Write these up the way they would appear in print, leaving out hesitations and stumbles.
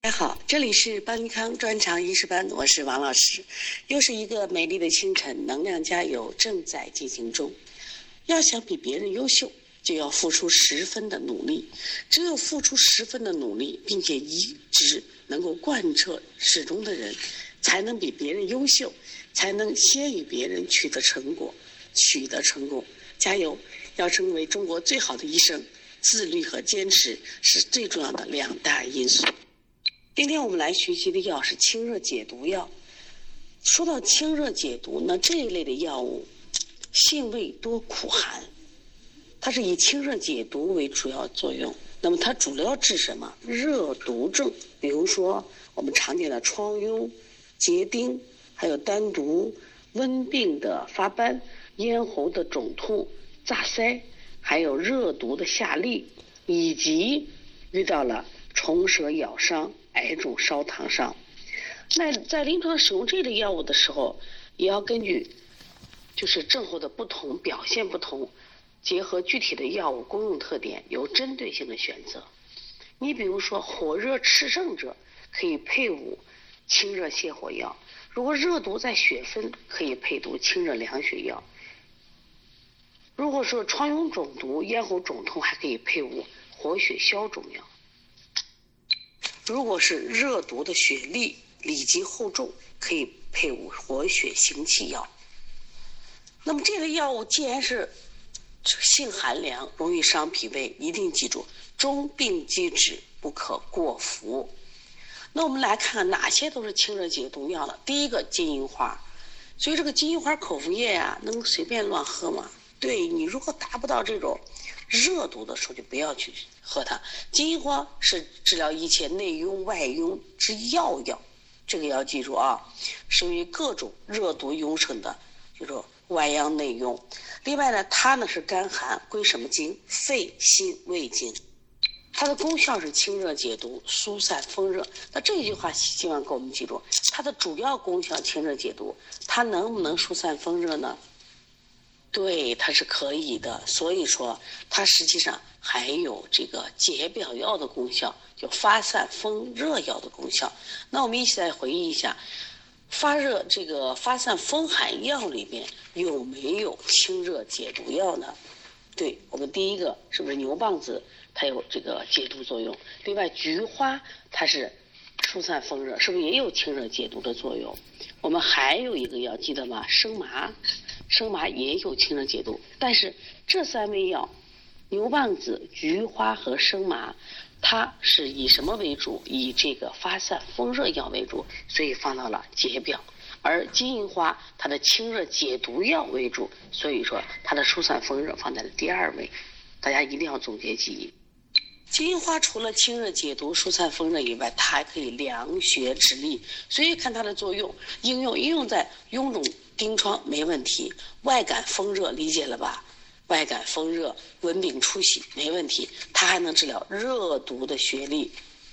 大家好，这里是邦尼康专场医师班，我是王老师。又是一个美丽的清晨，能量加油正在进行中。要想比别人优秀，就要付出10分的努力。只有付出10分的努力，并且一直能够贯彻始终的人，才能比别人优秀，才能先于别人取得成功。加油！要成为中国最好的医生，自律和坚持是最重要的2大因素。今天我们来学习的药是清热解毒药。说到清热解毒呢，这一类的药物性味多苦寒，它是以清热解毒为主要作用。那么它主要治什么？热毒症，比如说我们常见的疮痈、结丁，还有丹毒、温病的发斑、咽喉的肿痛、炸腮，还有热毒的下痢，以及遇到了虫蛇咬伤、癌肿烧烫伤。那在临床使用这类药物的时候，也要根据就是症候的不同、表现不同，结合具体的药物功用特点，有针对性的选择。你比如说火热炽盛者，可以配伍清热泻火药；如果热毒在血分，可以配读清热凉血药；如果说疮痈肿毒、咽喉肿痛，还可以配伍活血消肿药；如果是热毒的血痢、里急后重，可以配伍活血行气药。那么这类药物既然是性寒凉，容易伤脾胃，一定记住中病机止，不可过服。那我们来看看哪些都是清热解毒药了。第一个，金银花。所以这个金银花口服液啊，能随便乱喝吗？对，你如果达不到这种热毒的时候，就不要去喝它。金银花是治疗一切内痈外痈之要药，这个要记住啊，属于各种热毒壅盛的，就是外阳内痈。另外呢，它呢是甘寒，归什么经？肺心胃经。它的功效是清热解毒、疏散风热。那这句话希望给我们记住，它的主要功效清热解毒，它能不能疏散风热呢？对，它是可以的。所以说它实际上还有这个解表药的功效，就发散风热药的功效。那我们一起来回忆一下，发散风寒药里面有没有清热解毒药呢？对，我们第一个是不是牛蒡子，它有这个解毒作用。另外菊花它是疏散风热，是不是也有清热解毒的作用？我们还有一个药记得吗？生麻也有清热解毒。但是这3味药，牛蒡子、菊花和生麻，它是以什么为主？以这个发散风热药为主，所以放到了解表。而金银花它的清热解毒药为主，所以说它的疏散风热放在了第2位。大家一定要总结记忆。金银花除了清热解毒、疏散风热以外，它还可以凉血止痢，所以看它的作用。应用在臃肿疔疮没问题，外感风热理解了吧？外感风热、温病出血没问题，它还能治疗热毒的血痢。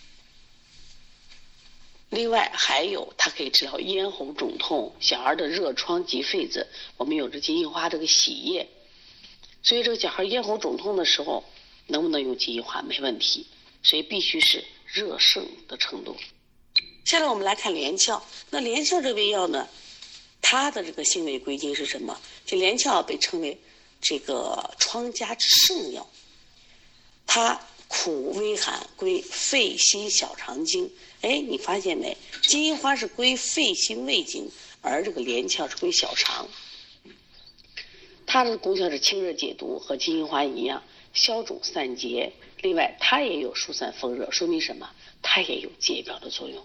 另外还有它可以治疗咽喉肿痛、小孩的热疮及痱子，我们有着金银花这个洗液，所以这个小孩咽喉肿痛的时候能不能用金银花？没问题，所以必须是热盛的程度。下来我们来看连翘。那连翘这味药呢，它的这个性味归经是什么？这连翘被称为这个疮痂之圣药，它苦微寒，归肺心小肠经。你发现没？金银花是归肺心胃经，而这个连翘是归小肠。它的功效是清热解毒，和金银花一样，消肿散结。另外它也有疏散风热，说明什么？它也有解表的作用。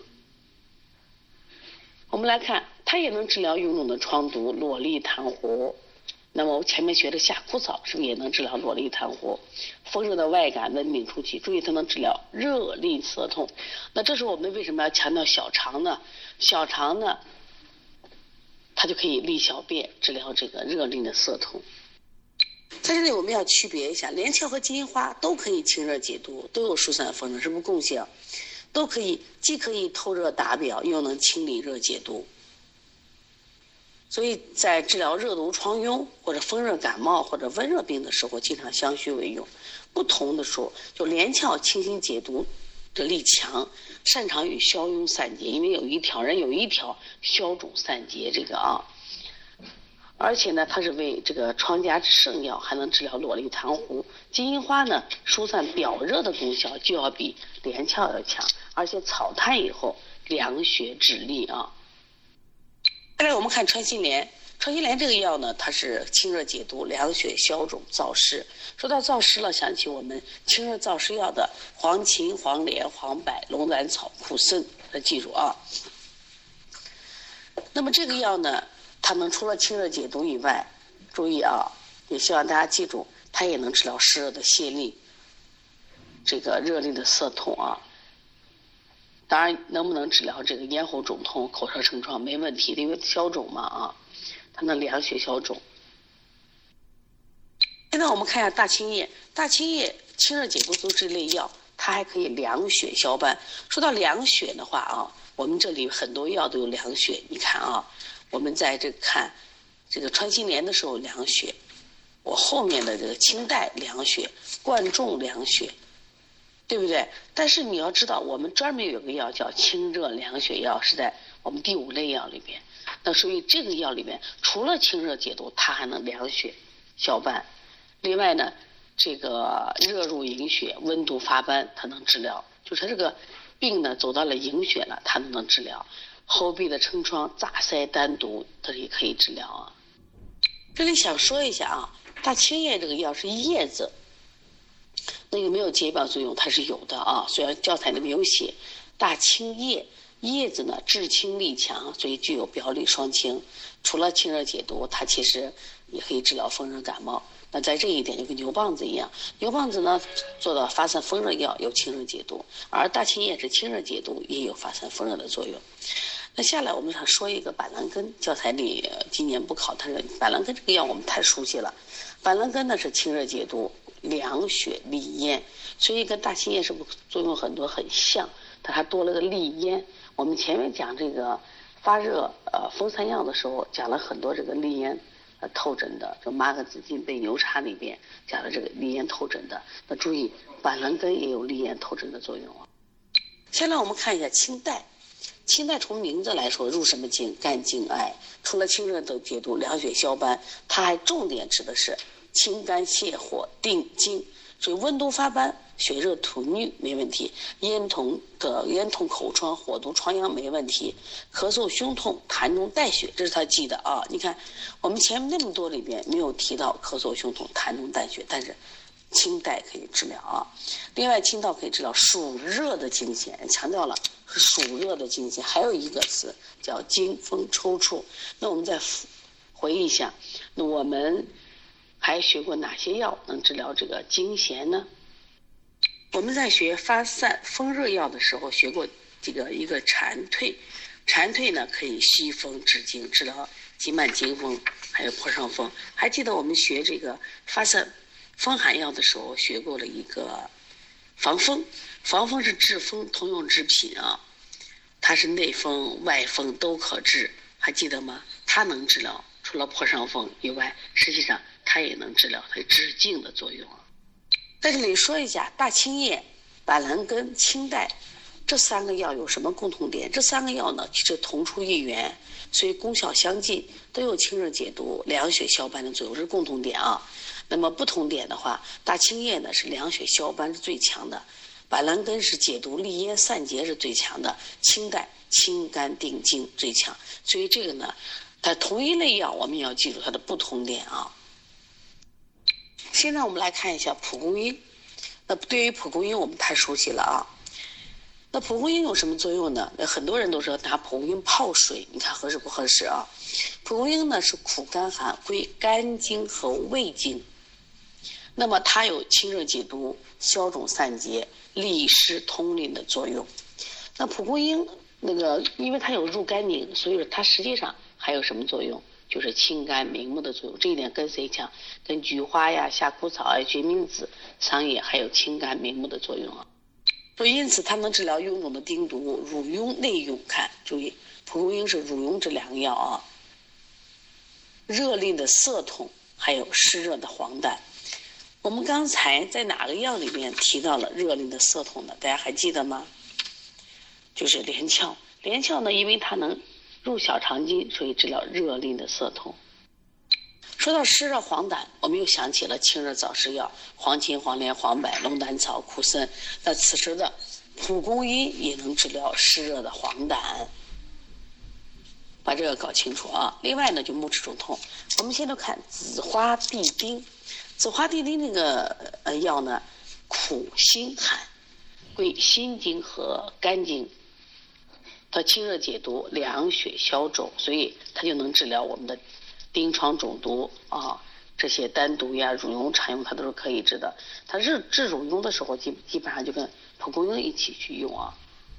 我们来看，它也能治疗臃肿的疮毒、瘰疬痰糊。那么我前面学的夏枯草是不是也能治疗瘰疬痰糊？风热的外感、温病初期，注意它能治疗热痢涩痛。那这时候我们为什么要强调小肠呢？小肠呢，它就可以利小便，治疗这个热痢的涩痛。在这里我们要区别一下，连翘和金银花都可以清热解毒，都有疏散风热，是不是共性？都可以，既可以透热达表，又能清理热解毒。所以在治疗热毒疮痈或者风热感冒或者温热病的时候，经常相续为用。不同的时候，就连翘清新解毒这力强，擅长于消痈散结，因为有一条消肿散结这个啊。而且呢，它是为这个疮痂之圣药，还能治疗瘰疬痰糊。金银花呢，疏散表热的功效就要比连翘要强，而且草炭以后凉血止痢啊。再来我们看穿心莲，穿心莲这个药呢，它是清热解毒、凉血消肿、燥湿。说到燥湿了，想起我们清热燥湿药的黄芩、黄连、黄柏、龙胆草、苦参，要记住啊。那么这个药呢，它能除了清热解毒以外，注意啊，也希望大家记住，它也能治疗湿热的泄痢，这个热令的涩痛啊。当然，能不能治疗这个咽喉肿痛、口舌生疮没问题，因为消肿嘛啊，它能凉血消肿。现在我们看一下大青叶，大青叶清热解毒都是类药，它还可以凉血消斑。说到凉血的话啊，我们这里很多药都有凉血，你看啊，我们在这看这个穿心莲的时候凉血，我后面的这个清代凉血、贯众凉血。对不对？但是你要知道，我们专门有个药叫清热凉血药，是在我们第5类药里边。那所以这个药里面，除了清热解毒，它还能凉血消斑。另外呢，这个热入营血，温度发斑，它能治疗。就是它这个病呢走到了营血了，它能治疗。喉壁的撑疮、炸腮、丹毒，它也可以治疗啊。这里想说一下啊，大青叶这个药是叶子。那有没有解表作用？它是有的啊，虽然教材里面有写。大青叶，叶子呢治清力强，所以具有表里双清。除了清热解毒，它其实也可以治疗风热感冒。那在这一点就跟牛蒡子一样，牛蒡子呢做到发散风热药，有清热解毒，而大青叶是清热解毒，也有发散风热的作用。那下来我们想说一个板蓝根，教材里今年不考，它是板蓝根这个药我们太熟悉了。板蓝根呢是清热解毒、凉血利咽，所以跟大青叶是不是作用很多很像，它还多了个利咽。我们前面讲这个发热风散药的时候讲了很多这个利咽透疹的，就马革紫金贝牛茶里边讲了这个利咽透疹的。那注意板蓝根也有利咽透疹的作用啊。先来我们看一下清代，清代从名字来说入什么经？肝经艾。除了清热的解毒、凉血消斑，它还重点指的是清肝泻火、定惊。所以温度发斑、血热吐衄没问题，咽痛口疮、火毒疮疡没问题，咳嗽胸痛、痰中带血，这是他记的啊。你看我们前面那么多里边没有提到咳嗽胸痛、痰中带血，但是清代可以治疗啊。另外清道可以治疗暑热的经痫，强调了是暑热的经痫。还有一个词叫惊风抽搐。那我们再回忆一下，那我们还学过哪些药能治疗这个经痫呢？我们在学发散风热药的时候学过这个一个蝉蜕，蝉蜕呢可以祛风止惊，治疗急慢惊风，还有破伤风。还记得我们学这个发散风寒药的时候学过了一个防风，防风是治风通用之品啊，它是内风外风都可治，还记得吗？它能治疗除了破伤风以外，实际上它也能治疗它止痉的作用啊。在这里说一下大青叶、板蓝根、清代这3个药有什么共同点？这3个药呢其实同出一源，所以功效相近，都有清热解毒、凉血消斑的作用，这是共同点啊。那么不同点的话，大青叶呢是凉血消斑是最强的，板蓝根是解毒利咽散结是最强的，清代清肝定惊最强。所以这个呢，它同一类药我们要记住它的不同点啊。现在我们来看一下蒲公英。那对于蒲公英我们太熟悉了啊。那蒲公英有什么作用呢？那很多人都说拿蒲公英泡水，你看合适不合适啊？蒲公英呢是苦甘寒，归肝经和胃经。那么它有清热解毒、消肿散结、利湿通淋的作用。那蒲公英因为它有入肝经，所以它实际上还有什么作用？就是清肝明目的作用。这一点跟谁强？跟菊花呀、夏枯草啊、决明子、桑叶还有清肝明目的作用啊。所以因此它能治疗臃肿的丁毒、乳痈内痈。看注意，蒲公英是乳痈这2个药啊，热令的涩痛，还有湿热的黄疸。 我们刚才在哪个药里面提到了热令的涩痛呢？大家还记得吗？就是连翘。连翘呢，因为它能入小肠经，所以治疗热令的涩痛。说到湿热黄疸，我们又想起了清热燥湿药，黄芩、黄连、黄柏、龙胆草、苦参。那此时的蒲公英也能治疗湿热的黄疸，把这个搞清楚啊。另外呢，就目赤肿痛，我们现在看紫花地丁。紫花地丁这个药呢，苦辛寒，归心经和肝经，它清热解毒、凉血消肿，所以它就能治疗我们的疔疮肿毒啊，这些单独呀、乳痈常用它都是可以治的。它治乳痈的时候，基本上就跟蒲公英一起去用啊。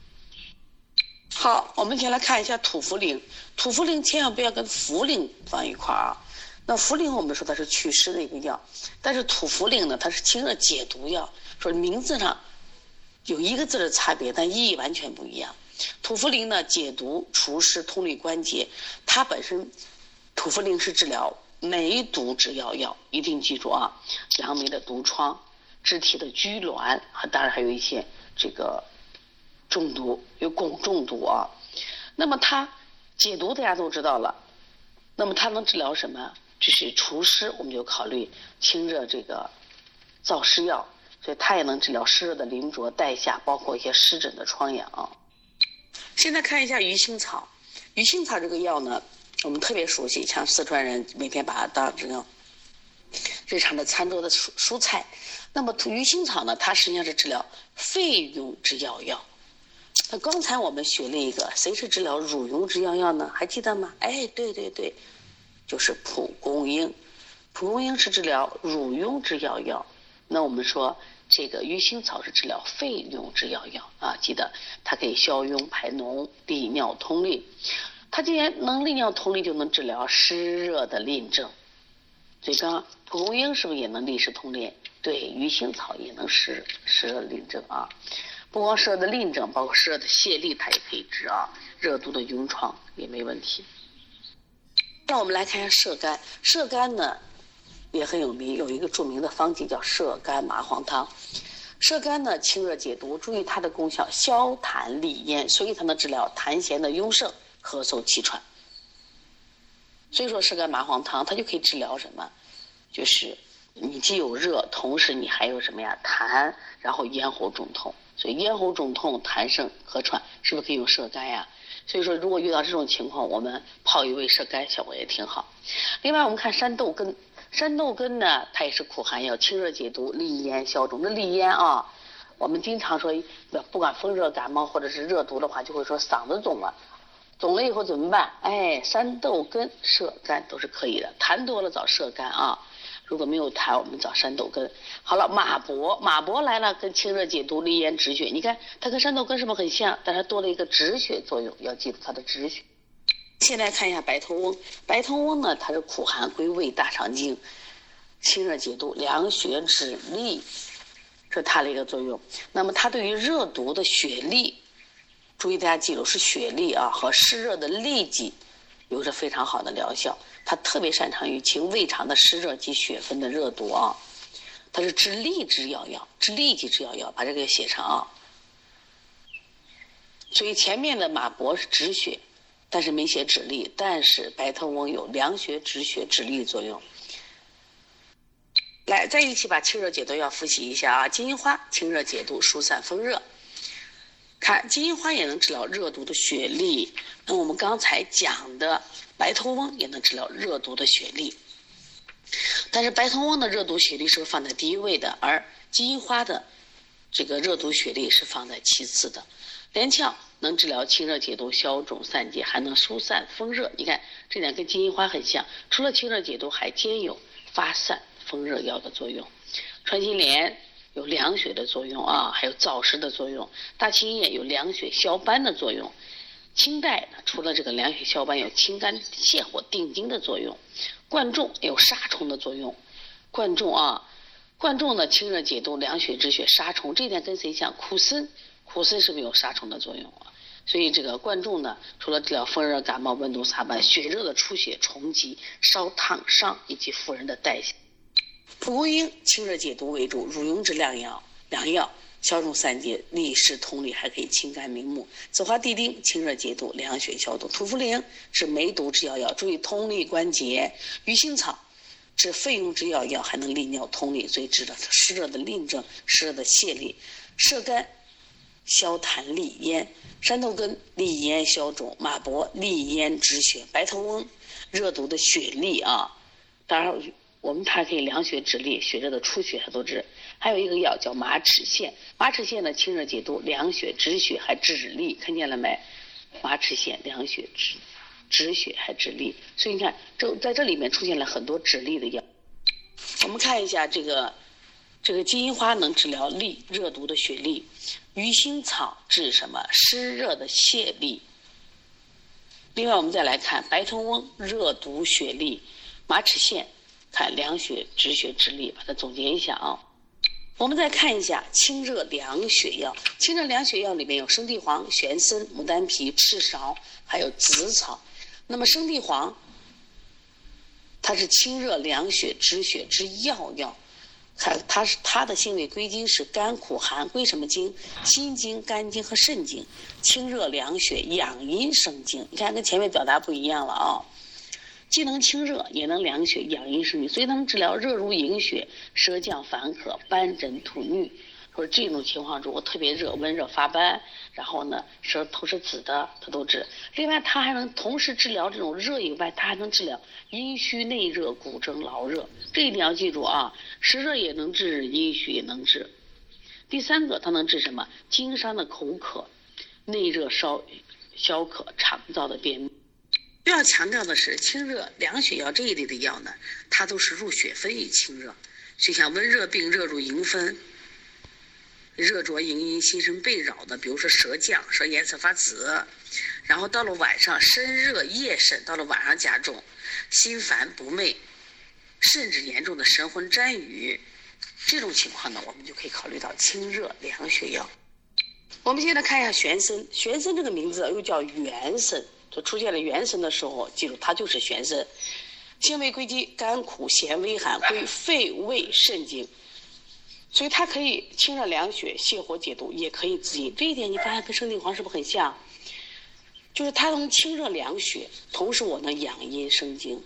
好，我们先来看一下土茯苓。土茯苓千万不要跟茯苓放一块啊。那茯苓我们说它是祛湿的一个药，但是土茯苓呢，它是清热解毒药，说名字上有一个字的差别，但意义完全不一样。土茯苓呢，解毒除湿通利关节，它本身土茯苓是治疗梅毒之要药，一定记住啊，杨梅的毒疮、肢体的拘挛，当然还有一些这个中毒，有汞中毒啊。那么它解毒大家都知道了，那么它能治疗什么？就是除湿，我们就考虑清热这个燥湿药，所以它也能治疗湿热的淋浊带下，包括一些湿疹的疮疡。现在看一下鱼腥草。鱼腥草这个药呢，我们特别熟悉，像四川人每天把它当这个日常的餐桌的蔬菜。那么鱼腥草呢，它实际上是治疗肺痈之要药。那刚才我们学了一个，谁是治疗乳痈之要药呢？还记得吗？哎，对，就是蒲公英。蒲公英是治疗乳痈之要药。那我们说这个鱼腥草是治疗肺痈之要药啊，记得它可以消痈排脓、利尿通利。它既然能利尿通利，就能治疗湿热的淋症。所以刚刚蒲公英是不是也能利湿通淋？对，鱼腥草也能湿热的淋症啊。不光湿热的淋症，包括湿热的泄痢，它也可以治啊。热毒的痈疮也没问题。那我们来看一下射肝。射肝呢也很有名，有一个著名的方剂叫射肝麻黄汤。射肝呢清热解毒，注意它的功效消痰利咽，所以它能治疗痰涎的壅盛、咳嗽气喘。所以说射肝麻黄汤它就可以治疗什么？就是你既有热，同时你还有什么呀？痰，然后咽喉肿痛。所以咽喉肿痛、痰盛、咳喘，是不是可以用射肝呀？所以说如果遇到这种情况，我们泡一味射肝效果也挺好。另外我们看山豆根。山豆根呢，它也是苦寒药，清热解毒、利咽消肿。这利咽啊，我们经常说，不管风热感冒或者是热毒的话，就会说嗓子肿了，肿了以后怎么办？哎，山豆根射肝都是可以的。痰多了找射肝啊，如果没有痰，我们找山豆根。好了，马勃来了，跟清热解毒、利咽止血。你看它跟山豆根是不是很像？但它多了一个止血作用，要记住它的止血。现在看一下白头翁。白头翁呢，它是苦寒，归胃大肠经，清热解毒、凉血止痢，是它的一个作用。那么它对于热毒的血痢，注意大家记住是血痢啊，和湿热的痢疾有着非常好的疗效。它特别擅长于清胃肠的湿热及血分的热毒啊，它是治痢之要药，治痢疾之要药，把这个写上啊。所以前面的马勃是止血，但是没写止痢，但是白头翁有凉血止血止痢作用。来，再一起把清热解毒药复习一下啊。金银花清热解毒、疏散风热。看金银花也能治疗热毒的血痢，那我们刚才讲的白头翁也能治疗热毒的血痢。但是白头翁的热毒血痢是放在第一位的，而金银花的这个热毒血痢是放在其次的。连翘能治疗清热解毒、消肿散结，还能疏散风热。你看这点跟金银花很像，除了清热解毒，还兼有发散风热药的作用。穿心莲有凉血的作用啊，还有燥湿的作用。大青叶有凉血消斑的作用。清代除了这个凉血消斑，有清肝泻火定惊的作用。贯众有杀虫的作用。贯众呢清热解毒、凉血止血、杀虫，这一点跟谁像？苦参是不是有杀虫的作用啊？所以这个贯众呢，除了治疗风热感冒、温毒撒斑、血热的出血、虫疾、烧烫伤以及妇人的代谢。 蒲公英清热解毒为主，乳溶之良药，消肿散结，利湿通利，还可以清肝明目。紫花地丁清热解毒，凉血消毒。土茯苓是梅毒之药，注意通利关节。鱼腥草治肺痈之药，还能利尿通利，所以治了湿热的淋症、湿热的泄痢。射干消痰利咽，山豆根利咽消肿，马柏利咽止血，白头翁热毒的血痢啊，当然它还可以凉血止痢，血热的出血它都治。还有一个药叫马齿苋，马齿苋呢清热解毒，凉血止血，还治痢，看见了没？马齿苋凉血止血还治痢，所以你看在这里面出现了很多止痢的药。我们看一下这个金银花能治疗痢热毒的血痢，鱼腥草治什么？湿热的泄痢。另外我们再来看白头翁热毒血痢，马齿苋看凉血止血治痢，把它总结一下啊。我们再看一下清热凉血药，清热凉血药里面有生地黄、玄参、牡丹皮、赤芍，还有紫草。那么生地黄它是清热凉血止血之药，它的性味归经是甘苦寒，归什么经？心经、肝经和肾经。清热凉血养阴生津，你看跟前面表达不一样了啊。既能清热，也能凉血养阴生津，所以它能治疗热如营血、舌降烦渴、斑疹吐衄。说这种情况如果特别热、温热发斑，然后呢舌头是紫的，它都治。另外它还能同时治疗这种热以外，它还能治疗阴虚内热、骨蒸劳热，这一定要记住啊。湿热也能治，阴虚也能治。第三个它能治什么？经伤的口渴、内热消渴、肠燥的便秘。要强调的是，清热凉血药这一类的药呢，它都是入血分以清热。就像温热病热入营分，热灼营阴、心神被扰的，比如说舌降、舌颜色发紫，然后到了晚上身热夜甚，到了晚上加重，心烦不寐，甚至严重的神魂沾雨，这种情况呢，我们就可以考虑到清热凉血药。我们现在看一下玄参，玄参这个名字又叫元参，就出现了元参的时候，记住它就是玄参。性味归经甘苦咸微寒，归肺胃肾经，所以它可以清热凉血、泻火解毒，也可以滋阴。这一点你发现跟生地黄是不是很像？就是它能清热凉血，同时我能养阴生津。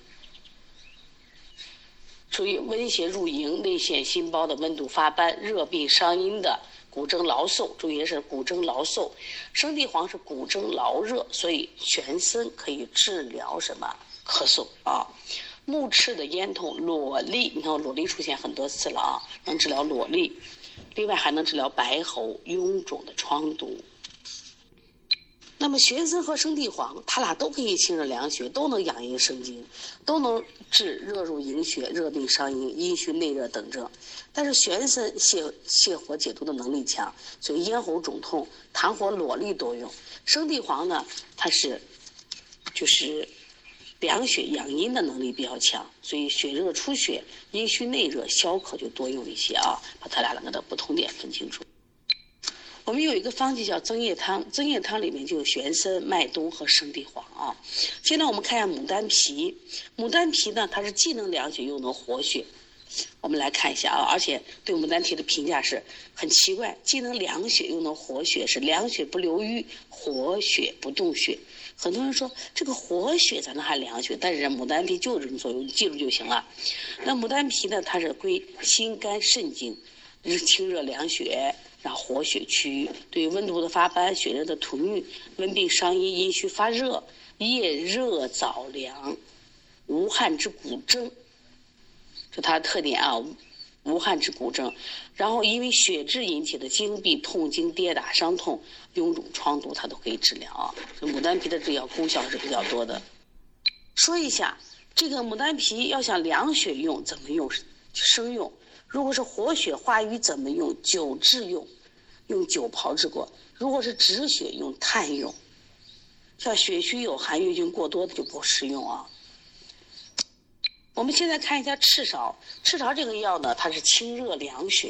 属于温邪入营、内陷心包的温度发斑、热病伤阴的骨蒸劳嗽，注意是骨蒸劳嗽。生地黄是骨蒸劳热，所以玄参可以治疗什么？咳嗽啊。目赤的咽痛、裸痢，你看裸痢出现很多次了啊，能治疗裸痢。另外还能治疗白喉、臃肿的疮毒。那么玄参和生地黄，它俩都可以清热凉血，都能养阴生津，都能治热入营血、热病伤阴、阴虚内热等症。但是玄参泻火解毒的能力强，所以咽喉肿痛、痰火裸痢多用。生地黄呢，它是就是凉血养阴的能力比较强，所以血热出血、阴虚内热、消渴就多用一些啊，把它俩两个的不同点分清楚。我们有一个方剂叫增液汤，增液汤里面就有玄参、麦冬和生地黄啊。现在我们看一下牡丹皮，牡丹皮呢，它是既能凉血又能活血。我们来看一下啊，而且对牡丹皮的评价是很奇怪，既能凉血又能活血，是凉血不流瘀，活血不动血。很多人说这个活血咱能还凉血，但是牡丹皮就有这种作用，记住就行了。那牡丹皮呢，它是归心肝肾经，清热凉血，然后活血祛瘀，对于温毒的发斑、血热的吐衄、温病伤阴、阴虚发热、夜热早凉、无汗之骨蒸，这它的特点啊，无汗之骨蒸。然后因为血滞引起的经闭、痛经、跌打、伤痛、臃肿、疮毒，它都可以治疗啊。所以牡丹皮的治疗功效是比较多的。说一下这个牡丹皮要想凉血用怎么用？生用。如果是活血化瘀怎么用？酒制用，用酒炮制过。如果是止血用炭用。像血虚有寒、月经过多的就不适用啊。我们现在看一下赤芍，赤芍这个药呢，它是清热凉血，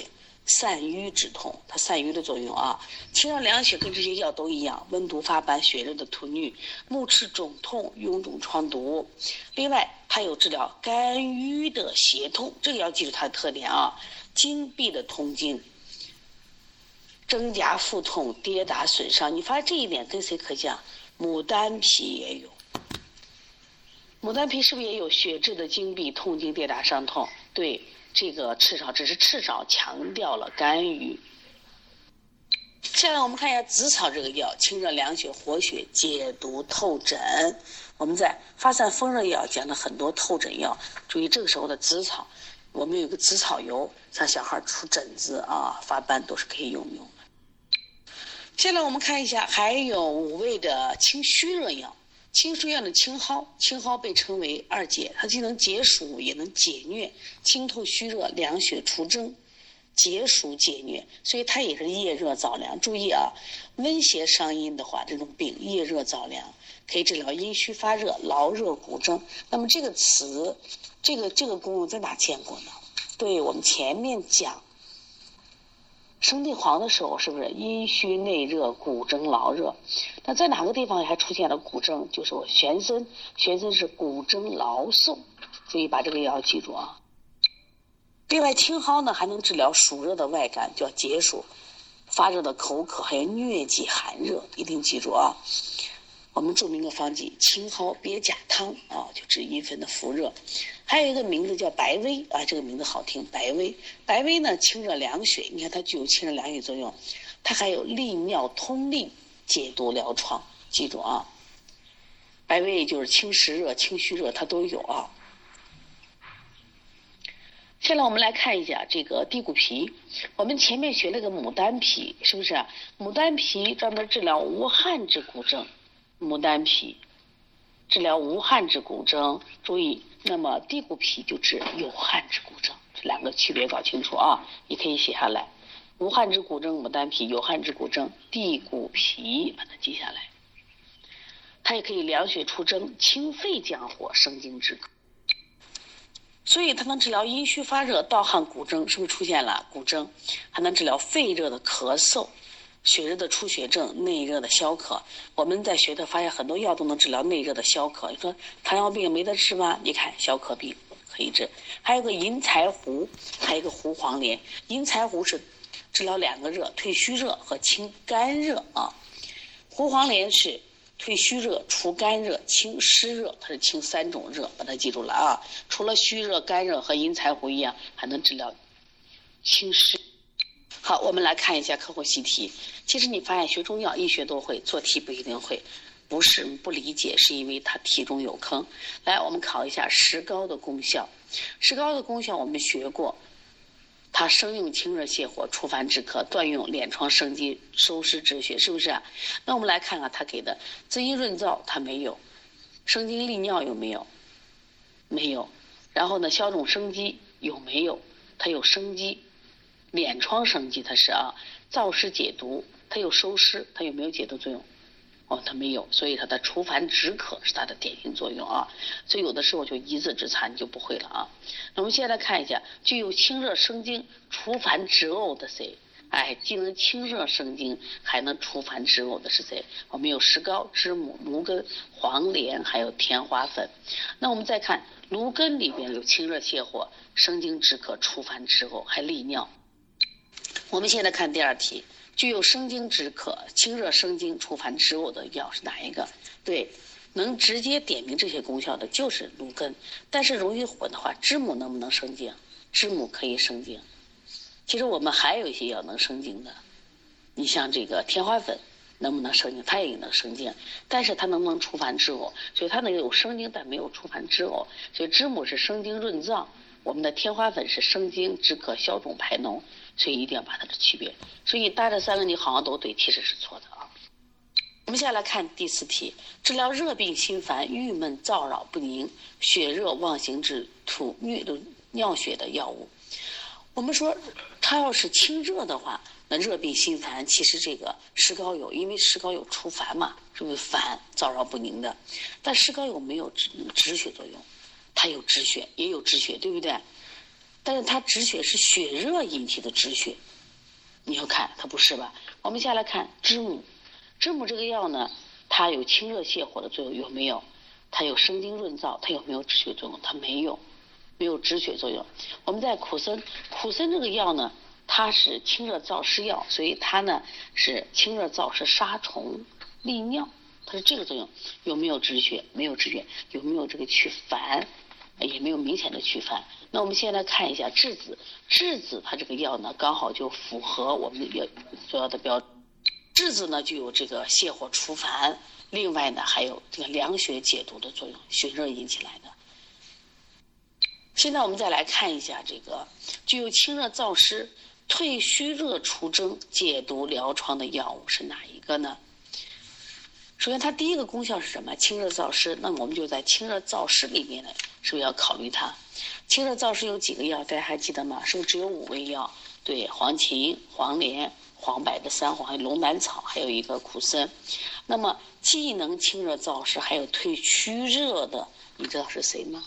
散瘀止痛，它散瘀的作用啊。清热凉血跟这些药都一样，温毒发斑、血热的突衄、目赤肿痛、臃肿疮毒。另外还有治疗肝郁的胁痛，这个要记住它的特点啊。经闭的痛经、真假腹痛、跌打损伤，你发现这一点跟谁可像？牡丹皮也有。牡丹皮是不是也有血滞的经闭、痛经、跌打伤痛？对，这个赤芍只是赤芍强调了肝郁。下来我们看一下紫草这个药，清热凉血、活血、解毒、透疹。我们在发散风热药讲了很多透疹药，注意这个时候的紫草，我们有个紫草油，像小孩出疹子啊、发斑都是可以用的。下来我们看一下，还有5味的清虚热药。清虚药的青蒿，青蒿被称为二解，它既能解暑也能解疟，清透虚热、凉血除痉，解暑解疟，所以它也是夜热燥凉。注意啊，温邪伤阴的话，这种病夜热燥凉可以治疗阴虚发热、劳热骨蒸。那么这个词，这个功用在哪见过呢？对，我们前面讲生地黄的时候，是不是阴虚内热、骨蒸劳热？那在哪个地方还出现了骨蒸？就是我玄参，玄参是骨蒸劳嗽，注意把这个也要记住啊。另外青蒿呢还能治疗暑热的外感，叫解暑、发热的口渴，还有疟疾寒热，一定记住啊。我们著名的方剂青蒿鳖甲汤啊，就治阴分的伏热。还有一个名字叫白薇啊，这个名字好听，白薇。白薇呢清热凉血，你看它具有清热凉血作用，它还有利尿通利、解毒疗疮，记住啊。白薇就是清实热、清虚热，它都有啊。下来我们来看一下这个地骨皮，我们前面学了个牡丹皮，是不是？牡丹皮专门治疗无汗之骨症，牡丹皮治疗无汗之骨症，注意，那么地骨皮就治有汗之骨症，这两个区别搞清楚啊，你可以写下来。无汗之骨症牡丹皮，有汗之骨症地骨皮，把它记下来。它也可以凉血除痉、清肺降火、生津止渴，所以它能治疗阴虚发热、盗汗骨蒸，是不是出现了骨蒸？还能治疗肺热的咳嗽、血热的出血症、内热的消渴。我们在学的发现很多药都能治疗内热的消渴。你说糖尿病没得治吗？你看消渴病可以治。还有个银柴胡，还有一个胡黄连。银柴胡是治疗2个热，退虚热和清肝热啊。胡黄连是退虚热、除肝热、清湿热，它是清3种热，把它记住了啊。除了虚热、肝热和银柴胡一样，还能治疗清湿。好，我们来看一下课后习题。其实你发现学中药医学都会，做题不一定会，不是不理解，是因为它题中有坑。来，我们考一下石膏的功效。石膏的功效我们学过，它生用清热泻火、除烦止渴，断用敛疮生津、收湿止血，是不是？那我们来看看它给的滋阴润燥，它没有；生津利尿有没有？没有。然后呢，消肿生肌有没有？它有生肌。敛疮生肌它是啊，燥湿解毒，它有收湿，它有没有解毒作用？哦，它没有，所以它的除烦止渴是它的典型作用啊。所以有的时候就一字之差你就不会了啊。那我们现在来看一下，具有清热生津、除烦止呕的谁？哎，既能清热生津，还能除烦止呕的是谁？我们有石膏、知母、芦根、黄连，还有天花粉。那我们再看芦根里边有清热泻火、生津止渴、除烦止呕，还利尿。我们现在看第2题，具有生津止渴、清热生津、除烦止呕的药是哪一个？对，能直接点明这些功效的就是芦根。但是容易混的话，知母能不能生津？知母可以生津。其实我们还有一些药能生津的，你像这个天花粉能不能生津？它也能生津，但是它能不能除烦止呕？所以它能有生津，但没有除烦止呕。所以知母是生津润燥，我们的天花粉是生津止渴、消肿排脓。所以一定要把它的区别。所以大这3个你好像都对，其实是错的啊。我们下来看第4题，治疗热病心烦、郁闷燥扰不宁、血热妄行之吐尿血的药物。我们说它要是清热的话，那热病心烦其实这个石膏有，因为石膏有除烦嘛，是不是烦燥扰不宁的？但石膏有没有止血作用？它有止血，也有止血，对不对？但是它止血是血热引起的止血， 你要看它不是吧？我们下来看知母，知母这个药呢，它有清热泻火的作用，有没有？它有生津润燥，它有没有止血作用？它没有，没有止血作用。我们在苦参，苦参这个药呢，它是清热燥湿药，所以它呢是清热燥湿杀虫利尿，它是这个作用。有没有止血？没有止血。有没有这个祛烦？也没有明显的祛烦。那我们先来看一下栀子，栀子它这个药呢，刚好就符合我们所要的标准。栀子呢就有这个泻火除烦，另外呢还有这个凉血解毒的作用，血热引起来的。现在我们再来看一下这个具有清热燥湿、退虚热除症、解毒疗疮的药物是哪一个呢？首先它第一个功效是什么？清热燥湿。那么我们就在清热燥湿里面呢，是不是要考虑它？清热燥湿有几个药，大家还记得吗？是不是只有5味药？对，黄芩、黄连、黄柏的3黄，还有龙胆草，还有一个苦参。那么既能清热燥湿，还有退虚热的，你知道是谁吗？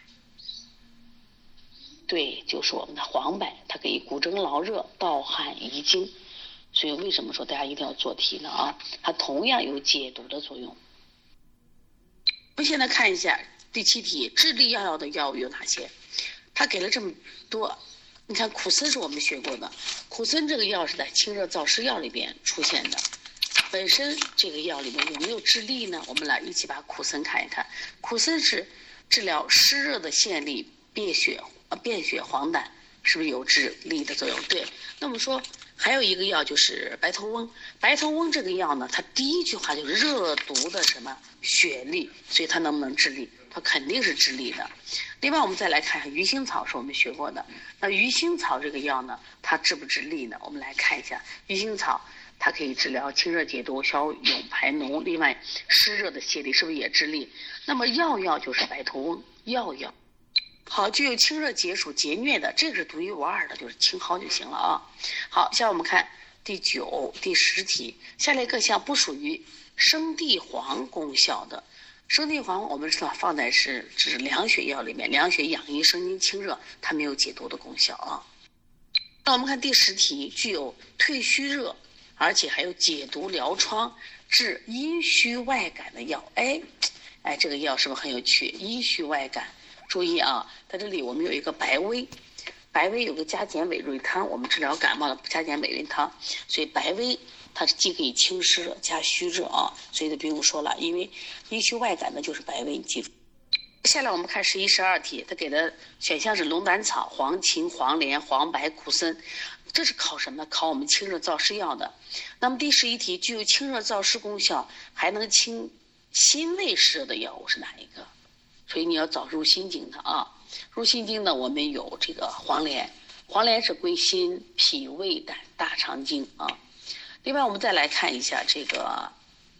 对，就是我们的黄柏，它可以固蒸劳热、盗汗遗精。所以为什么说大家一定要做题呢？啊，它同样有解毒的作用。我们现在看一下第7题，治痢药的药物有哪些？它给了这么多。你看苦参是我们学过的，苦参这个药是在清热燥湿药里边出现的。本身这个药里面有没有治痢呢？我们来一起把苦参看一看。苦参是治疗湿热的腺痢、便血黄疸，是不是有治痢的作用？对。那么说还有一个药就是白头翁，白头翁这个药呢，它第一句话就是热毒的什么血痢，所以它能不能治痢？它肯定是治痢的。另外我们再来看鱼腥草，是我们学过的。那鱼腥草这个药呢，它治不治痢呢？我们来看一下鱼腥草，它可以治疗清热解毒、消痈排脓，另外湿热的泻痢是不是也治痢？那么药就是白头翁，药。好，具有清热解暑解疟的，这个是独一无二的，就是青蒿就行了啊。好，下面我们看第9、第10题，下列各项不属于生地黄功效的。生地黄我们知道放在是指凉血药里面，凉血养阴生津清热，它没有解毒的功效啊。那我们看第10题，具有退虚热，而且还有解毒疗疮、治阴虚外感的药。哎，这个药是不是很有趣？阴虚外感，注意啊，在这里我们有一个白薇，白薇有个加减委瑞汤，我们治疗感冒的加减委瑞汤，所以白薇它是既可以清湿热加虚热啊，所以就不用说了，因为阴虚外感的就是白薇，你记住。下来我们看11、12题，它给的选项是龙胆草、黄芩、黄连、黄柏、苦参，这是考什么？考我们清热燥湿药的。那么第11题，具有清热燥湿功效，还能清心胃湿热的药物是哪一个？所以你要找入心经的啊。入心经呢，我们有这个黄连，黄连是归心、脾、胃、胆、大肠经啊。另外我们再来看一下这个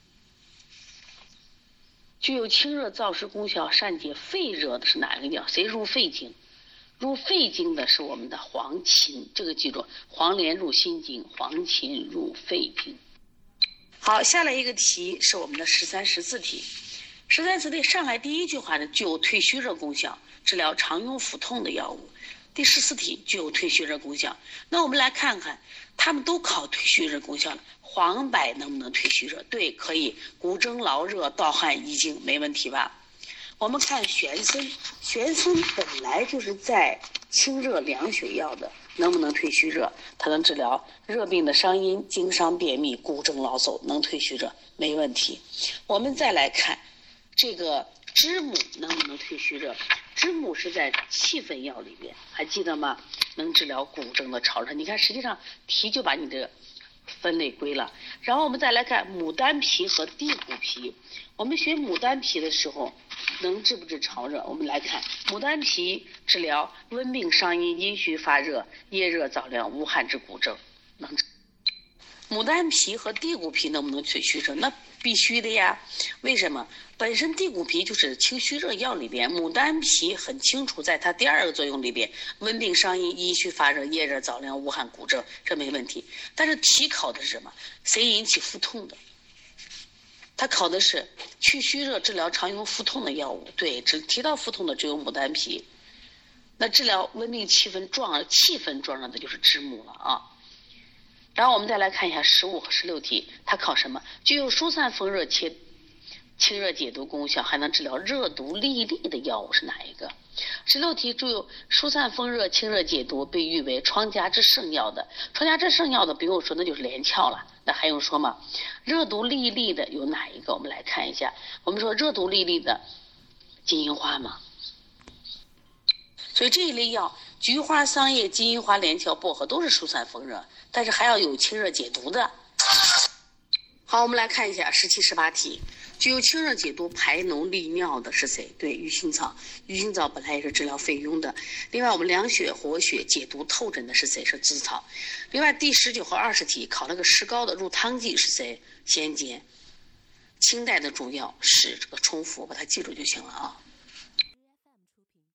具有清热燥湿功效、善解肺热的是哪一个药？谁入肺经？入肺经的是我们的黄芩，这个记住，黄连入心经，黄芩入肺经。好，下来一个题是我们的13、14题。13、14题上来第一句话呢，具有退虚热功效，治疗常用腹痛的药物。第14题具有退虚热功效。那我们来看看，他们都考退虚热功效了。黄柏能不能退虚热？对，可以，固蒸劳热、盗汗遗精，没问题吧？我们看玄参，玄参本来就是在清热凉血药的，能不能退虚热？它能治疗热病的伤阴、经伤便秘、固蒸劳嗽，能退虚热，没问题。我们再来看这个知母能不能退虚热？知母是在气分药里面，还记得吗？能治疗骨蒸的潮热。你看，实际上题就把你这个分类归了。然后我们再来看牡丹皮和地骨皮。我们学牡丹皮的时候，能治不治潮热？我们来看牡丹皮治疗温病伤阴、阴虚发热、夜热早凉、无汗之骨蒸，能治。牡丹皮和地骨皮能不能退虚热？那必须的呀。为什么？本身地骨皮就是清虚热药里边，牡丹皮很清楚，在它第2个作用里边，温病伤阴、阴虚发热、夜热早凉、无汗骨蒸，这没问题。但是题考的是什么？谁引起腹痛的？它考的是去虚热治疗常用腹痛的药物。对，只提到腹痛的只有牡丹皮。那治疗温病气氛壮热的就是知母了啊。 然后我们再来看一下15和16题，它考什么？具有疏散风热且清热解毒功效，还能治疗热毒痢痢的药物是哪一个？16题具有疏散风热、清热解毒，被誉为疮痂之圣药的，疮痂之圣药的不用说，那就是连翘了，那还用说吗？热毒痢痢的有哪一个？我们来看一下，我们说热毒痢痢的金银花嘛，所以这一类药，菊花、桑叶、金银花、连翘、薄荷都是疏散风热，但是还要有清热解毒的。好，我们来看一下17、18题，具有清热解毒、排脓利尿的是谁？对，鱼腥草。鱼腥草本来也是治疗肺痈的。另外，我们凉血、活血、解毒透疹的是谁？是紫草。另外，第19和20题考了个石膏的入汤剂是谁？仙碱。清代的主药是这个冲服，把它记住就行了啊。